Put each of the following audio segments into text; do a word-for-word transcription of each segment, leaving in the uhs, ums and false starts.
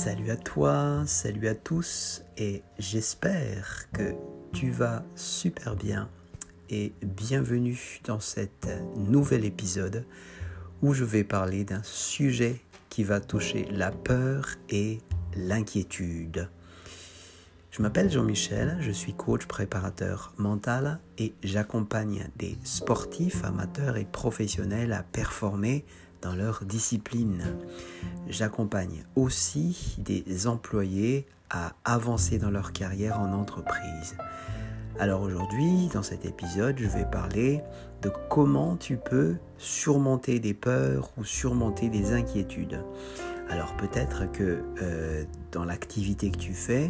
Salut à toi, salut à tous et j'espère que tu vas super bien et bienvenue dans cet nouvel épisode où je vais parler d'un sujet qui va toucher la peur et l'inquiétude. Je m'appelle Jean-Michel, je suis coach préparateur mental et j'accompagne des sportifs, amateurs et professionnels à performer dans leur discipline. J'accompagne aussi des employés à avancer dans leur carrière en entreprise. Alors aujourd'hui, dans cet épisode, je vais parler de comment tu peux surmonter des peurs ou surmonter des inquiétudes. Alors peut-être que euh, dans l'activité que tu fais,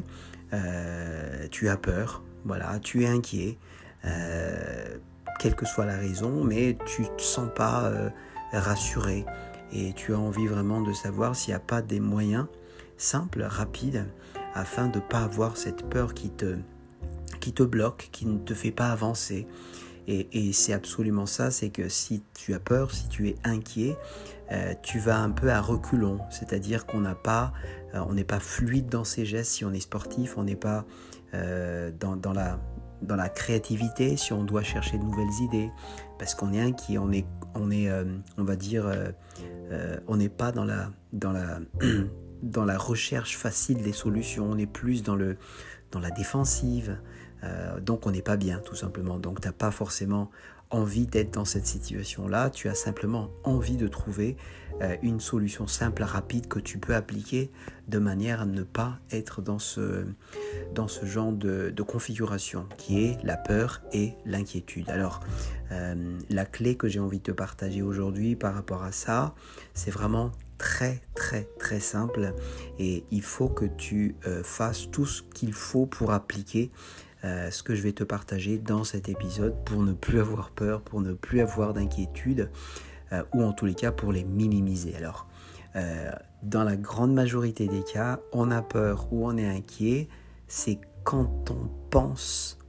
euh, tu as peur, voilà, tu es inquiet, euh, quelle que soit la raison, mais tu ne te sens pas euh, rassuré et tu as envie vraiment de savoir s'il n'y a pas des moyens simples, rapides, afin de ne pas avoir cette peur qui te, qui te bloque, qui ne te fait pas avancer. Et, et c'est absolument ça, c'est que si tu as peur, si tu es inquiet, euh, tu vas un peu à reculons, c'est-à-dire qu'on n'a pas, euh, on n'est pas fluide dans ses gestes si on est sportif, on n'est pas euh, dans, dans, la, dans la créativité si on doit chercher de nouvelles idées, parce qu'on est inquiet, on est, on est, euh, on va dire, euh, euh, on n'est pas dans la, dans la, dans la recherche facile des solutions, on est plus dans le, dans la défensive. Euh, donc on n'est pas bien tout simplement, donc tu n'as pas forcément envie d'être dans cette situation-là, tu as simplement envie de trouver euh, une solution simple, rapide que tu peux appliquer de manière à ne pas être dans ce, dans ce genre de, de configuration qui est la peur et l'inquiétude. Alors euh, la clé que j'ai envie de te partager aujourd'hui par rapport à ça, c'est vraiment très très très simple et il faut que tu euh, fasses tout ce qu'il faut pour appliquer Euh, ce que je vais te partager dans cet épisode pour ne plus avoir peur, pour ne plus avoir d'inquiétude euh, ou en tous les cas pour les minimiser. Alors, euh, dans la grande majorité des cas, on a peur ou on est inquiet, c'est quand on pense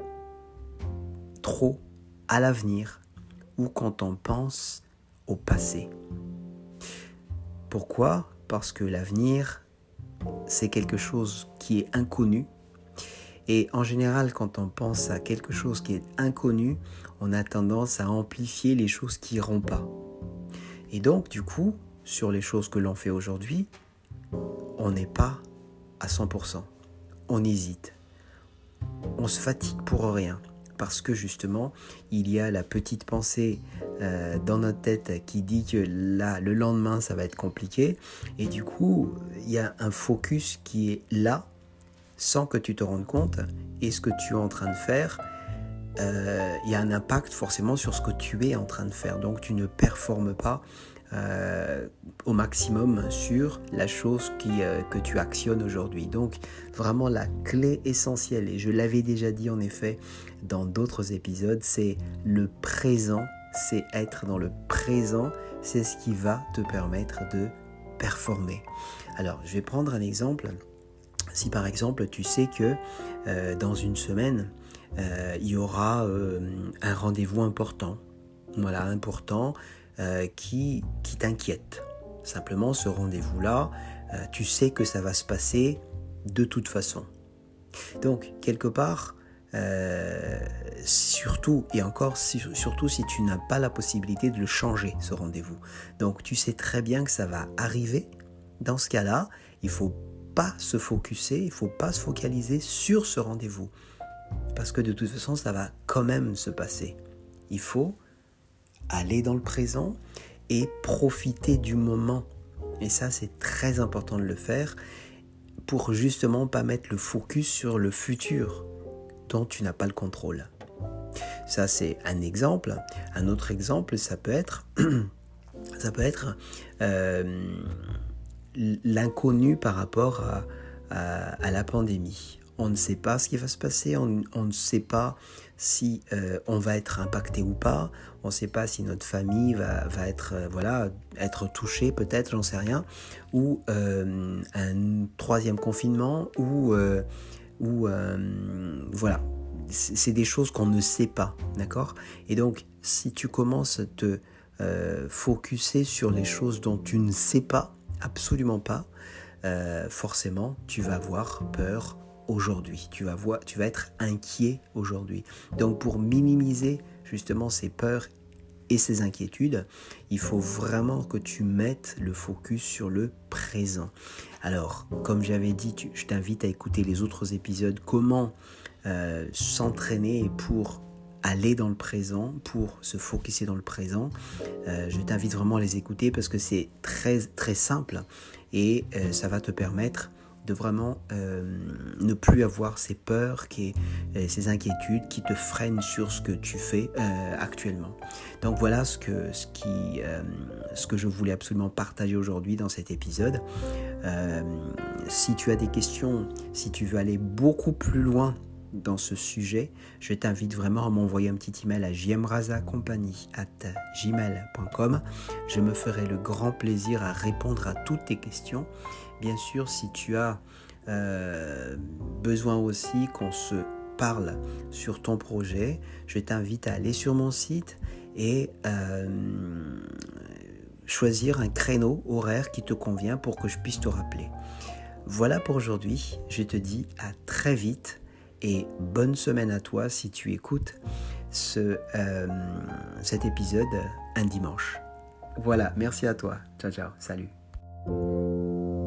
trop à l'avenir ou quand on pense au passé. Pourquoi ? Parce que l'avenir, c'est quelque chose qui est inconnu. Et en général, quand on pense à quelque chose qui est inconnu, on a tendance à amplifier les choses qui n'iront pas. Et donc, du coup, sur les choses que l'on fait aujourd'hui, on n'est pas à cent pour cent. On hésite. On se fatigue pour rien. Parce que justement, il y a la petite pensée euh, dans notre tête qui dit que là, le lendemain, ça va être compliqué. Et du coup, il y a un focus qui est là, sans que tu te rendes compte, et ce que tu es en train de faire, euh, il y a un impact forcément sur ce que tu es en train de faire. Donc tu ne performes pas euh, au maximum sur la chose qui, euh, que tu actionnes aujourd'hui. Donc vraiment la clé essentielle, et je l'avais déjà dit en effet dans d'autres épisodes, c'est le présent, c'est être dans le présent, c'est ce qui va te permettre de performer. Alors je vais prendre un exemple. Si par exemple tu sais que euh, dans une semaine, euh, il y aura euh, un rendez-vous important, voilà, important euh, qui, qui t'inquiète. Simplement ce rendez-vous-là, euh, tu sais que ça va se passer de toute façon. Donc quelque part, euh, surtout et encore surtout si tu n'as pas la possibilité de le changer, ce rendez-vous. Donc tu sais très bien que ça va arriver. Dans ce cas-là, il faut pas se focuser, il ne faut pas se focaliser sur ce rendez-vous. Parce que de toute façon, ça va quand même se passer. Il faut aller dans le présent et profiter du moment. Et ça, c'est très important de le faire pour justement pas mettre le focus sur le futur dont tu n'as pas le contrôle. Ça, c'est un exemple. Un autre exemple, ça peut être, ça peut être euh, l'inconnu par rapport à, à, à la pandémie. On ne sait pas ce qui va se passer, on, on ne sait pas si euh, on va être impacté ou pas, on ne sait pas si notre famille va, va être, euh, voilà, être touchée peut-être, j'en sais rien, ou euh, un troisième confinement, ou, euh, ou euh, voilà, c'est, c'est des choses qu'on ne sait pas, d'accord ? Et donc, si tu commences à te euh, focuser sur les choses dont tu ne sais pas, absolument pas, euh, forcément, tu vas avoir peur aujourd'hui. Tu vas, voir, tu vas être inquiet aujourd'hui. Donc, pour minimiser justement ces peurs et ces inquiétudes, il faut vraiment que tu mettes le focus sur le présent. Alors, comme j'avais dit, tu, je t'invite à écouter les autres épisodes, comment euh, s'entraîner pour aller dans le présent, pour se focuser dans le présent. Euh, je t'invite vraiment à les écouter parce que c'est très, très simple et euh, ça va te permettre de vraiment euh, ne plus avoir ces peurs, qui, euh, ces inquiétudes qui te freinent sur ce que tu fais euh, actuellement. Donc voilà ce que, ce, qui, euh, ce que je voulais absolument partager aujourd'hui dans cet épisode. Euh, si tu as des questions, si tu veux aller beaucoup plus loin dans ce sujet, je t'invite vraiment à m'envoyer un petit email à jmrazacompagnie arobase gmail point com. Je me ferai le grand plaisir à répondre à toutes tes questions. Bien sûr, si tu as euh, besoin aussi qu'on se parle sur ton projet, je t'invite à aller sur mon site et euh, choisir un créneau horaire qui te convient pour que je puisse te rappeler. Voilà pour aujourd'hui, je te dis à très vite et bonne semaine à toi si tu écoutes ce, euh, cet épisode un dimanche. Voilà, merci à toi. Ciao, ciao, salut.